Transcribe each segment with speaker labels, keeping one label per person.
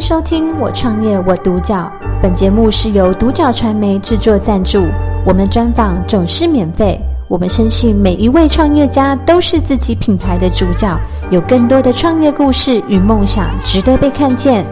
Speaker 1: 收听我创业我独角，本节目是由独角传媒制作赞助，我们专访总是免费。我们深信每一位创业家都是自己品牌的主角，有更多的创业故事与梦想值得被看见。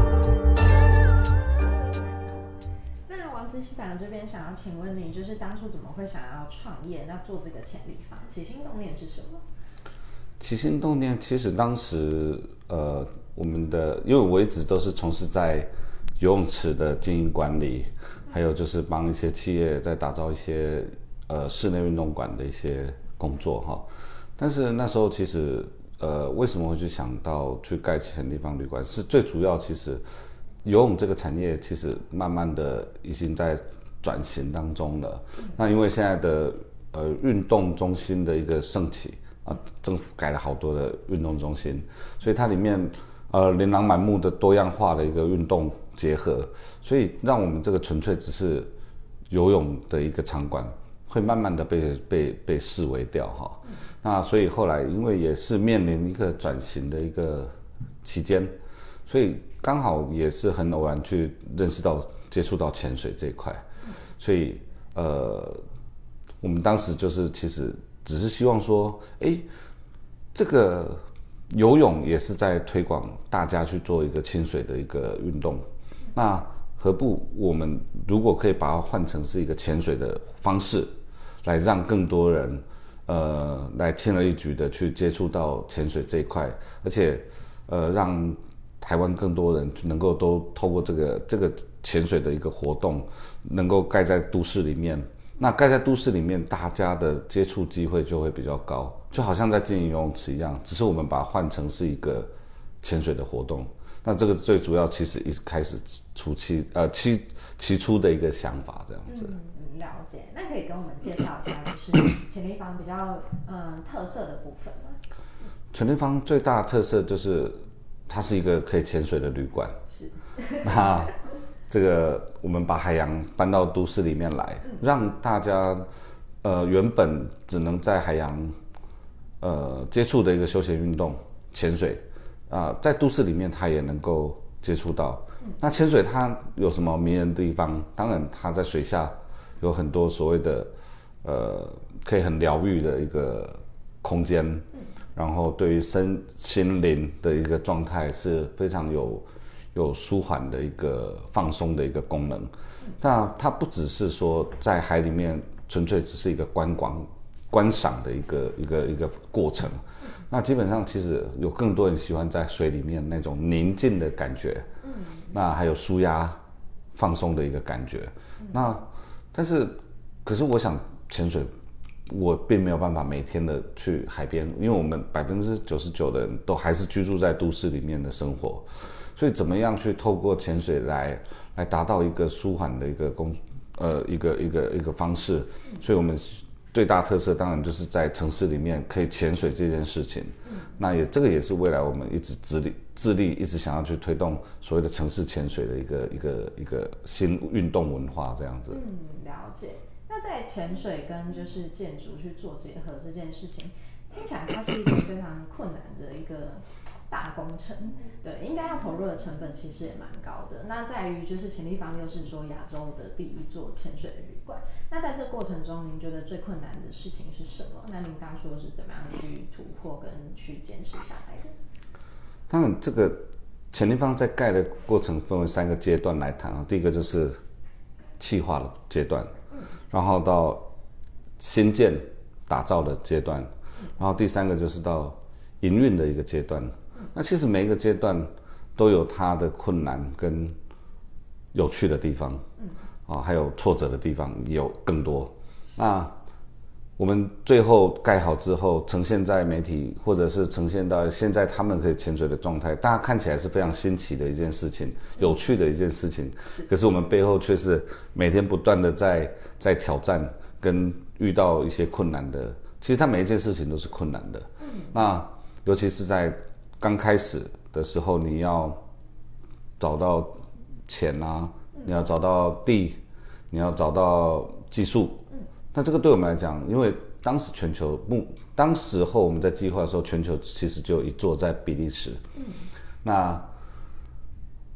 Speaker 2: 那王执行长这边想要请问你，就是当初怎么会想要创业，那做这个潜力房，起心动念是什么？
Speaker 3: 起心动念其实当时我们的，因为我一直都是从事在游泳池的经营管理，还有就是帮一些企业在打造一些室内运动馆的一些工作哈。但是那时候其实为什么会去想到去盖潜力房旅馆，是最主要其实游泳这个产业其实慢慢的已经在转型当中了。那因为现在的运动中心的一个盛起政府盖了好多的运动中心，所以它里面琳琅满目的多样化的一个运动结合，所以让我们这个纯粹只是游泳的一个场馆会慢慢的被视为掉哈。那所以后来因为也是面临一个转型的一个期间，所以刚好也是很偶然去认识到接触到潜水这一块，所以我们当时就是其实只是希望说，这个游泳也是在推广大家去做一个亲水的一个运动，那何不我们如果可以把它换成是一个潜水的方式，来让更多人来轻而易举的去接触到潜水这一块，而且让台湾更多人能够都透过这个潜水的一个活动，能够盖在都市里面。那盖在都市里面，大家的接触机会就会比较高，就好像在经营游泳池一样，只是我们把它换成是一个潜水的活动。那这个最主要其实一开始起初的一个想法这样子。
Speaker 2: 了解。那可以跟我们介绍一下，就是潜力房比较特色的部分吗？
Speaker 3: 潜力房最大的特色就是它是一个可以潜水的旅馆。
Speaker 2: 是。
Speaker 3: 那这个我们把海洋搬到都市里面来，让大家原本只能在海洋接触的一个休闲运动潜水在都市里面它也能够接触到。那潜水它有什么迷人的地方？当然它在水下有很多所谓的可以很疗愈的一个空间，然后对于身心灵的一个状态是非常有舒缓的一个放松的一个功能。那它不只是说在海里面纯粹只是一个观赏的一个过程，那基本上其实有更多人喜欢在水里面那种宁静的感觉，那还有舒压放松的一个感觉。那可是我想潜水我并没有办法每天的去海边，因为我们99%的人都还是居住在都市里面的生活，所以怎么样去透过潜水来达到一个舒缓的一个方式。所以我们最大特色当然就是在城市里面可以潜水这件事情。那这个也是未来我们一直致力一直想要去推动所谓的城市潜水的一个新运动文化这样子。
Speaker 2: 了解。那在潜水跟就是建筑去做结合这件事情，听起来它是一个非常困难的一个大工程，对，应该要投入的成本其实也蛮高的。那在于就是潜力房又是说亚洲的第一座潜水的旅馆，那在这过程中您觉得最困难的事情是什么？那您当初是怎么样去突破跟去坚持下来的？
Speaker 3: 当然这个潜力房在盖的过程分为3个阶段来谈。第一个就是企划的阶段，然后到新建打造的阶段，然后第3个就是到营运的一个阶段。那其实每一个阶段都有它的困难跟有趣的地方，还有挫折的地方也有更多。那我们最后盖好之后呈现在媒体，或者是呈现到现在他们可以潜水的状态，大家看起来是非常新奇的一件事情，有趣的一件事情。可是我们背后却是每天不断的在挑战跟遇到一些困难的。其实它每一件事情都是困难的。那尤其是在刚开始的时候，你要找到钱你要找到地，你要找到技术。那这个对我们来讲，因为当时候我们在计划的时候，全球其实就有一座在比利时。那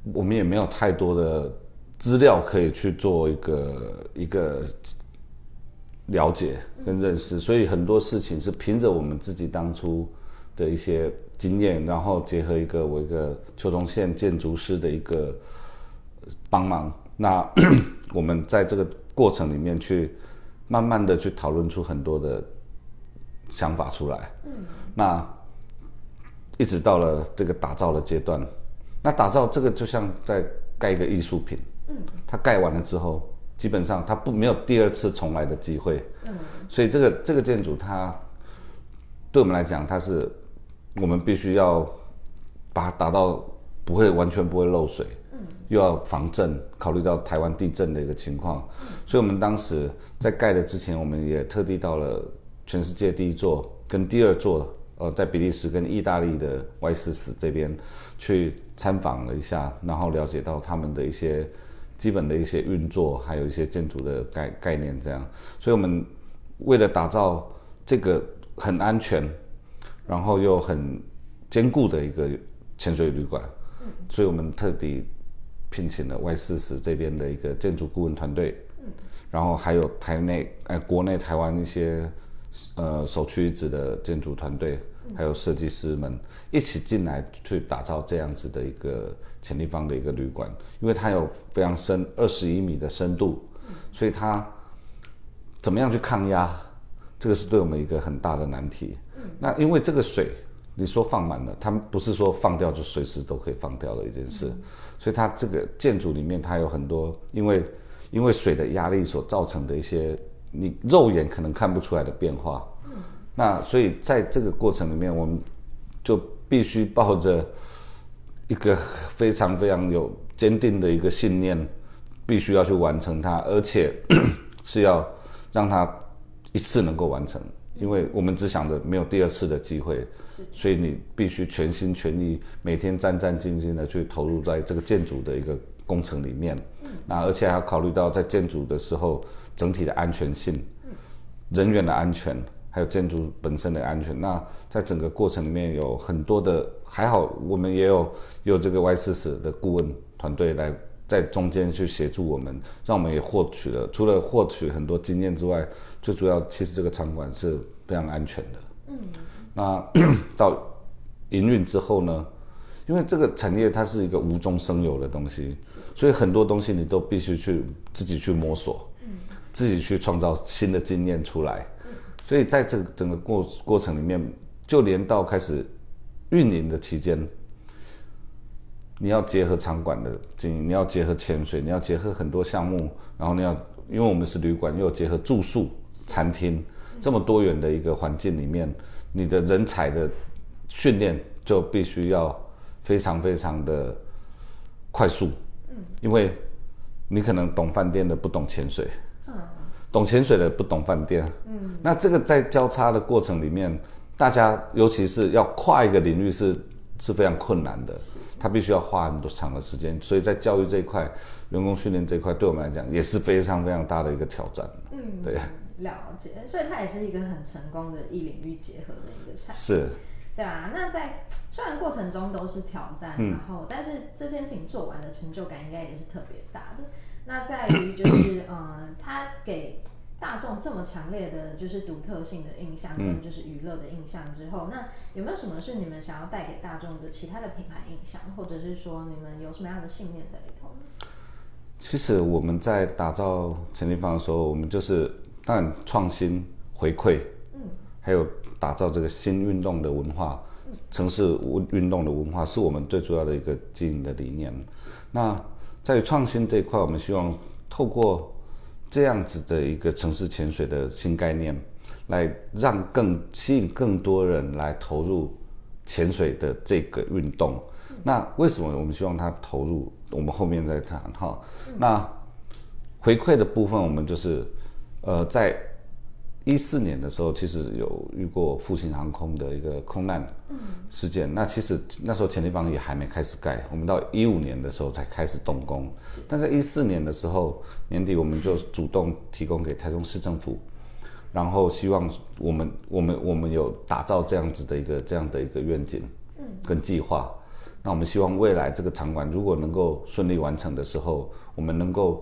Speaker 3: 我们也没有太多的资料可以去做一个了解跟认识，所以很多事情是凭着我们自己当初的一些经验，然后结合我一个邱宗宪建筑师的一个帮忙，那我们在这个过程里面去慢慢的去讨论出很多的想法出来，那一直到了这个打造的阶段，那打造这个就像在盖一个艺术品，它盖完了之后，基本上它没有第二次重来的机会，所以这个建筑它对我们来讲，它是我们必须要把它打到完全不会漏水，又要防震，考虑到台湾地震的一个情况，所以我们当时在盖的之前，我们也特地到了全世界第一座跟第二座，在比利时跟意大利的Y44这边去参访了一下，然后了解到他们的一些基本的一些运作，还有一些建筑的概念这样。所以我们为了打造这个很安全，然后又很坚固的一个潜水旅馆，所以我们特地聘请了Y40这边的一个建筑顾问团队，然后还有国内台湾一些首屈一指的建筑团队，还有设计师们一起进来去打造这样子的一个潜立方的一个旅馆，因为它有非常深21米的深度，所以它怎么样去抗压，这个是对我们一个很大的难题。那因为这个水你说放满了，它不是说放掉就随时都可以放掉的一件事，所以它这个建筑里面它有很多因为水的压力所造成的一些你肉眼可能看不出来的变化，那所以在这个过程里面，我们就必须抱着一个非常非常有坚定的一个信念，必须要去完成它，而且是要让它一次能够完成，因为我们只想着没有第二次的机会，所以你必须全心全意，每天战战兢兢的去投入在这个建筑的一个工程里面，那而且还要考虑到在建筑的时候整体的安全性，人员的安全，还有建筑本身的安全。那在整个过程里面有很多的，还好我们也有这个 Y40的顾问团队来在中间去协助我们，让我们也获取了除了获取很多经验之外，最主要其实这个场馆是非常安全的。那到营运之后呢，因为这个产业它是一个无中生有的东西，所以很多东西你都必须自己去摸索，自己去创造新的经验出来。所以在这个整个过程里面，就连到开始运营的期间，你要结合场馆的经营，你要结合潜水，你要结合很多项目，然后因为我们是旅馆，又有结合住宿、餐厅这么多元的一个环境里面，你的人才的训练就必须要非常非常的快速，因为你可能懂饭店的不懂潜水，懂潜水的不懂饭店，那这个在交叉的过程里面，大家尤其是要跨一个领域是非常困难的，他必须要花很多长的时间，所以在教育这一块、员工训练这一块，对我们来讲也是非常非常大的一个挑战。对，
Speaker 2: 了解，所以它也是一个很成功的异领域结合的一个产业。
Speaker 3: 是，对
Speaker 2: 啊。那在虽然过程中都是挑战，然后但是这件事情做完的成就感应该也是特别大的。那在于就是它给大众这么强烈的就是独特性的印象跟就是娱乐的印象之后，那有没有什么是你们想要带给大众的其他的品牌印象，或者是说你们有什么样的信念在里头呢？
Speaker 3: 其实我们在打造潜立方的时候，我们就是当然创新回馈，还有打造这个新运动的文化，城市运动的文化是我们最主要的一个经营的理念。那在于创新这一块，我们希望透过这样子的一个城市潜水的新概念，来让吸引更多人来投入潜水的这个运动。那为什么我们希望他投入？我们后面再谈哈。那回馈的部分，我们就是在2014年的时候，其实有遇过复兴航空的一个空难事件。那其实那时候潜立方也还没开始盖，我们到2015年的时候才开始动工。但在2014年的时候年底，我们就主动提供给台中市政府，然后希望我们有打造这样的一个愿景跟计划。 那我们希望未来这个场馆如果能够顺利完成的时候，我们能够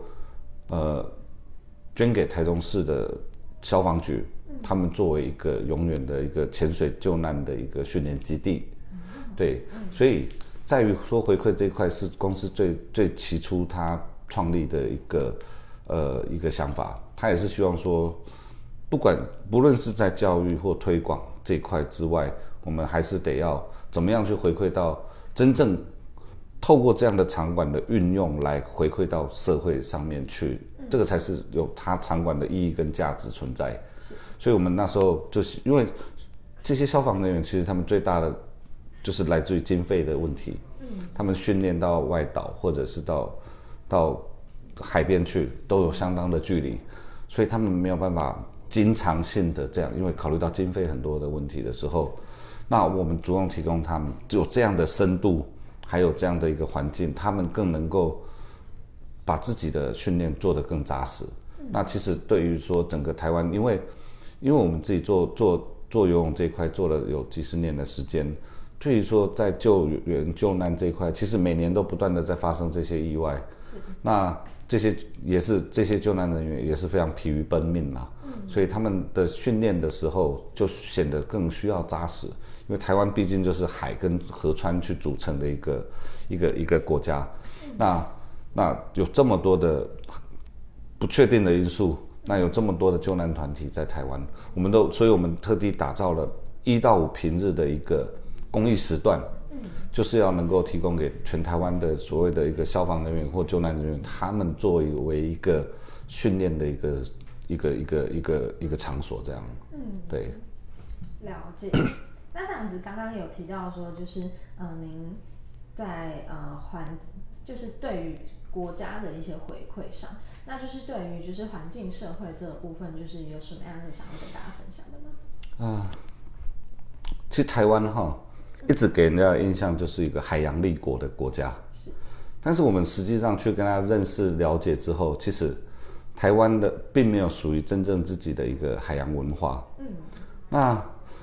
Speaker 3: 捐给台中市的消防局，他们作为一个永远的一个潜水救难的一个训练基地。对，所以在于说回馈这一块是公司最起初他创立的一个想法，他也是希望说，不论是在教育或推广这一块之外，我们还是得要怎么样去回馈到真正透过这样的场馆的运用来回馈到社会上面去，这个才是有它场馆的意义跟价值存在。所以我们那时候就是因为这些消防人员，其实他们最大的就是来自于经费的问题，他们训练到外岛或者是到海边去都有相当的距离，所以他们没有办法经常性的这样，因为考虑到经费很多的问题的时候，那我们主动提供他们有这样的深度，还有这样的一个环境，他们更能够把自己的训练做得更扎实。那其实对于说整个台湾，因为我们自己做游泳这一块做了有几十年的时间，对于说在救援救难这一块，其实每年都不断的在发生这些意外，那这些救难人员也是非常疲于奔命啦，所以他们的训练的时候就显得更需要扎实，因为台湾毕竟就是海跟河川去组成的一个国家，那有这么多的不确定的因素，那有这么多的救难团体在台湾，所以我们特地打造了1到5平日的一个公益时段，就是要能够提供给全台湾的所谓的一个消防人员或救难人员，他们作为一个训练的一个场所，这样。对。
Speaker 2: 了解。那这样子，刚刚有提到说，就是您在就是对于国家的一些回馈上，那就是对于就是环境社会这个部分，就是有什么样的想要跟大家分享的吗？
Speaker 3: 其实台湾一直给人家的印象就是一个海洋立国的国家，但是我们实际上去跟他认识了解之后，其实台湾的并没有属于真正自己的一个海洋文化。那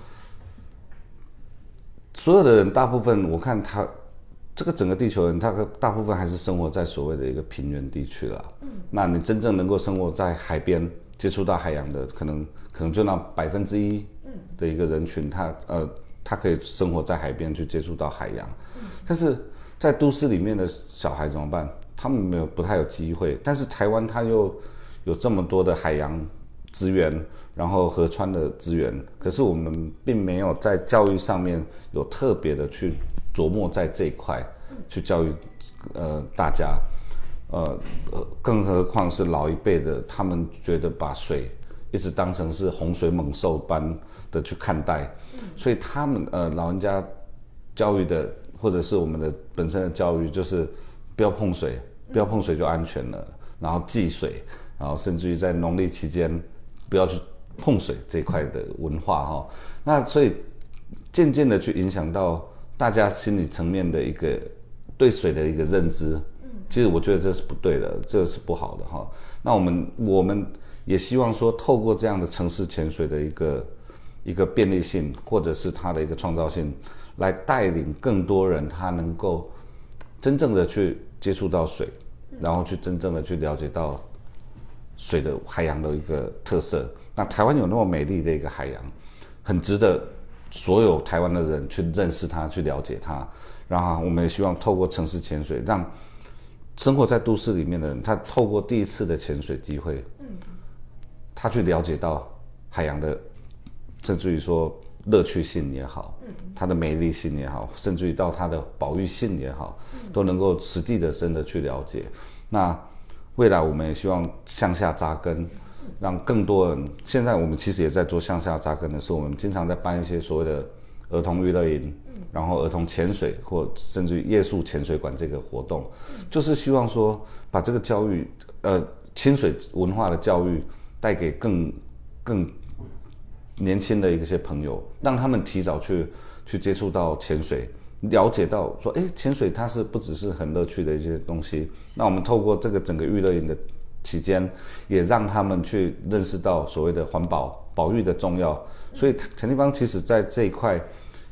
Speaker 3: 所有的人大部分我看他这个整个地球人，他大部分还是生活在所谓的一个平原地区啦。那你真正能够生活在海边接触到海洋的，可能就那1%的一个人群，他可以生活在海边去接触到海洋，但是在都市里面的小孩怎么办？他们不太有机会。但是台湾它又有这么多的海洋资源，然后河川的资源，可是我们并没有在教育上面有特别的去琢磨在这一块去教育大家，更何况是老一辈的，他们觉得把水一直当成是洪水猛兽般的去看待，所以他们老人家教育的，或者是我们的本身的教育，就是不要碰水，不要碰水就安全了，然后忌水，然后甚至于在农历期间不要去碰水这一块的文化那所以渐渐的去影响到大家心理层面的一个对水的一个认知，其实我觉得这是不对的，这是不好的那我们也希望说，透过这样的城市潜水的一个便利性，或者是它的一个创造性，来带领更多人，他能够真正的去接触到水，然后去真正的去了解到水的海洋的一个特色。那台湾有那么美丽的一个海洋，很值得所有台湾的人去认识它，去了解它。然后我们也希望透过城市潜水，让生活在都市里面的人，他透过第一次的潜水机会，他去了解到海洋的，甚至于说乐趣性也好，它的美丽性也好，甚至于到它的保育性也好，都能够实地的真的去了解。那未来我们也希望向下扎根，让更多人。现在我们其实也在做向下扎根的是，我们经常在办一些所谓的儿童娱乐营，然后儿童潜水或甚至于夜宿潜水馆这个活动，就是希望说把这个教育，清水文化的教育带给更年轻的一些朋友，让他们提早去接触到潜水，了解到说，潜水它是不只是很乐趣的一些东西。那我们透过这个整个娱乐营的期间，也让他们去认识到所谓的环保保育的重要。所以陈立芳其实在这一块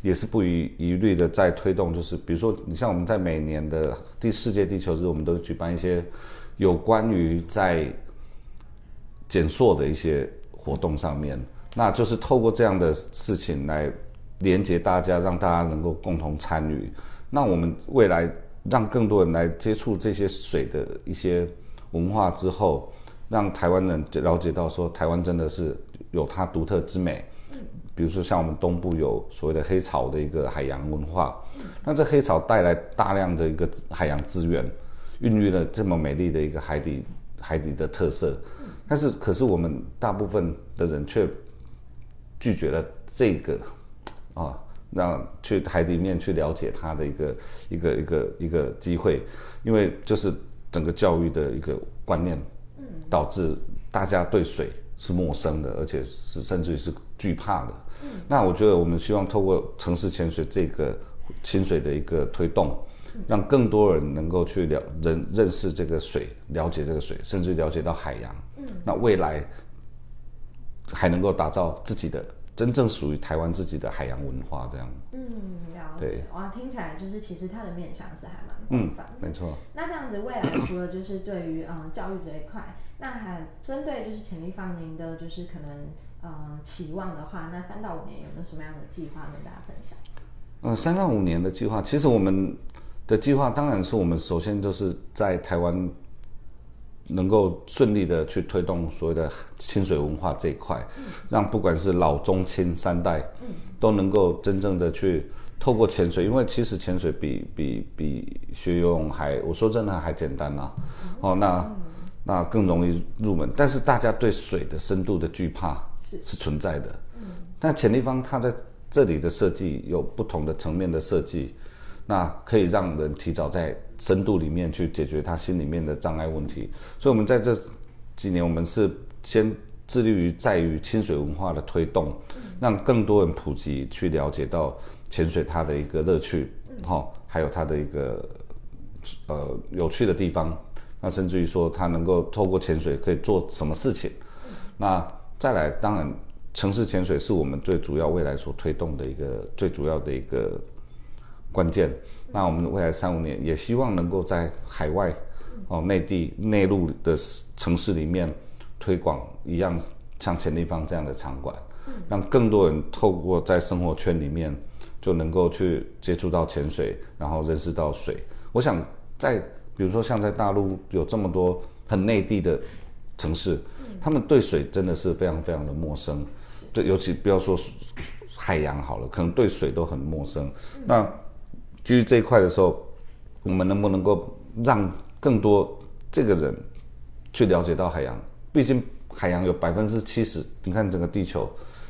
Speaker 3: 也是不遗余力的在推动，就是比如说你像我们在每年的世界地球日，我们都举办一些有关于在减塑的一些活动上面，那就是透过这样的事情来连接大家，让大家能够共同参与。那我们未来让更多人来接触这些水的一些文化之后，让台湾人了解到说台湾真的是有它独特之美。比如说像我们东部有所谓的黑潮的一个海洋文化，那这黑潮带来大量的一个海洋资源，孕育了这么美丽的一个海底的特色。但是可是我们大部分的人却拒绝了这个让去海里面去了解它的一个机会，因为就是整个教育的一个观念，导致大家对水是陌生的，而且是甚至于是惧怕的。那我觉得我们希望透过城市潜水这个清水的一个推动，让更多人能够去认识这个水，了解这个水，甚至了解到海洋。那未来还能够打造自己的真正属于台湾自己的海洋文化，这样。
Speaker 2: 了解。哇，听起来就是其实它的面向是还蛮广泛的。
Speaker 3: 没错。
Speaker 2: 那这样子未来除了就是对于教育这一块，那还针对就是潜立方您的就是可能期望的话，那3到5年有没有什么样的计划跟大家分享？
Speaker 3: 3到5年的计划，其实我们的计划当然是我们首先就是在台湾能够顺利的去推动所谓的清水文化这一块，让不管是老中青3代都能够真正的去透过潜水，因为其实潜水比学游泳我说真的还简单啦。那更容易入门，但是大家对水的深度的惧怕是存在的。但潜立方它在这里的设计有不同的层面的设计，那可以让人提早在深度里面去解决他心里面的障碍问题。所以我们在这几年，我们是先致力于在于清水文化的推动，让更多人普及去了解到潜水它的一个乐趣，还有它的一个有趣的地方。那甚至于说它能够透过潜水可以做什么事情。那再来，当然城市潜水是我们最主要未来所推动的一个最主要的一个关键。那我们未来3、5年也希望能够在海外内地内陆的城市里面推广一样像潜立方这样的场馆，让更多人透过在生活圈里面就能够去接触到潜水，然后认识到水。我想比如说像在大陆有这么多很内地的城市，他们对水真的是非常非常的陌生，对，尤其不要说海洋好了，可能对水都很陌生。那基于这一块的时候，我们能不能够让更多这个人去了解到海洋？毕竟海洋有70%，你看整个地球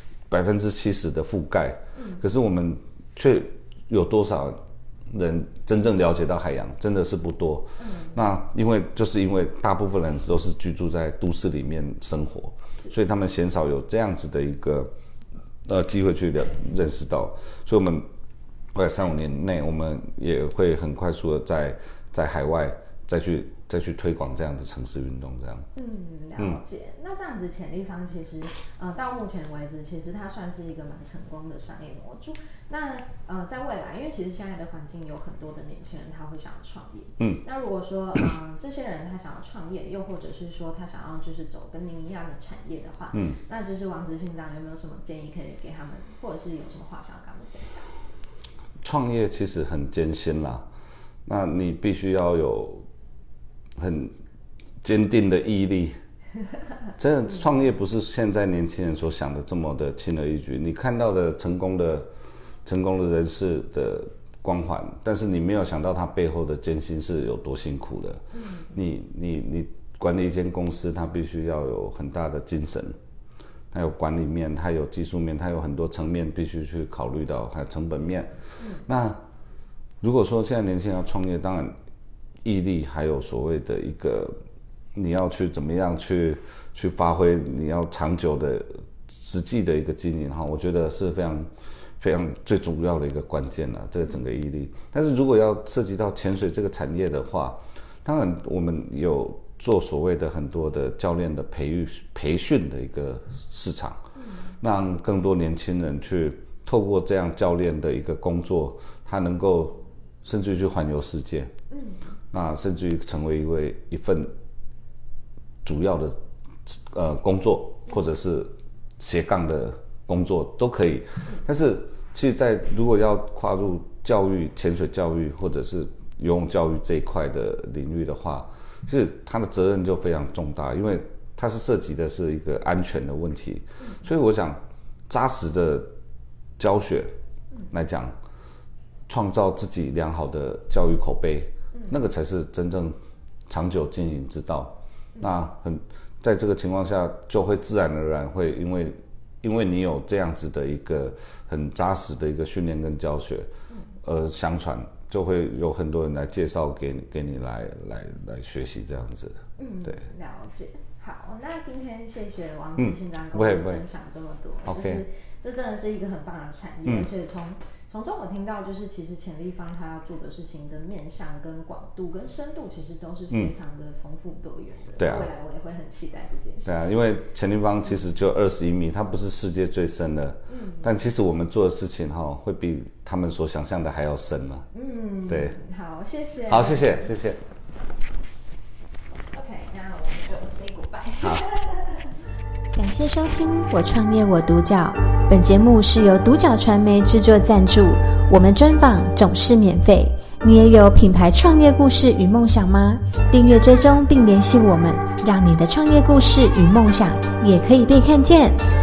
Speaker 3: 70%的覆盖，可是我们却有多少人真正了解到海洋？真的是不多。那因为大部分人都是居住在都市里面生活，所以他们鲜少有这样子的一个机会去认识到。所以我们未来3、5年内，我们也会很快速的在海外再去推广这样的城市运动，这样。
Speaker 2: 了解。那这样子潜立方其实到目前为止，其实它算是一个蛮成功的商业模组。那在未来，因为其实现在的环境有很多的年轻人他会想要创业。那如果说这些人他想要创业，又或者是说他想要就是走跟您一样的产业的话，那就是王执行长有没有什么建议可以给他们，或者是有什么话想要跟他们分享？
Speaker 3: 创业其实很艰辛啦，那你必须要有很坚定的毅力。真的创业不是现在年轻人所想的这么的轻而易举。你看到的成功的人士的光环，但是你没有想到他背后的艰辛是有多辛苦的。你管理一间公司，他必须要有很大的精神，它有管理面，它有技术面，它有很多层面必须去考虑到，还有成本面。那如果说现在年轻人要创业，当然毅力还有所谓的一个你要去怎么样去发挥，你要长久的实际的一个经营，我觉得是非常非常最主要的一个关键了，这个整个毅力。但是如果要涉及到潜水这个产业的话，当然我们有做所谓的很多的教练的培训的一个市场，让更多年轻人去透过这样教练的一个工作，他能够甚至于去环游世界，那甚至于成为一份主要的工作，或者是斜杠的工作都可以。但是其实如果要跨入教育、潜水教育或者是游泳教育这一块的领域的话，其实他的责任就非常重大，因为它是涉及的是一个安全的问题。所以我想扎实的教学来讲，创造自己良好的教育口碑，那个才是真正长久经营之道。那在这个情况下，就会自然而然会因为你有这样子的一个很扎实的一个训练跟教学，相传就会有很多人来介绍给你来学习这样子。对，
Speaker 2: 了解。好，那今天谢谢王子信长跟我们分享这么多，就是这真的是一个很棒的产业，而且从中我听到，就是其实潜立方他要做的事情的面向跟广度跟深度，其实都是非常的丰富多元的。对啊，未来我也会很期待这件事情。对啊，
Speaker 3: 因为潜立方其实就21米，它不是世界最深的，但其实我们做的事情会比他们所想象的还要深嘛。对。
Speaker 2: 好，谢谢。
Speaker 3: 好，谢谢。
Speaker 2: OK， 那我们就 say goodbye。
Speaker 3: 好。
Speaker 1: 感谢收听《我创业我独角》，本节目是由独角传媒制作赞助，我们专访总是免费。你也有品牌创业故事与梦想吗？订阅追踪并联系我们，让你的创业故事与梦想也可以被看见。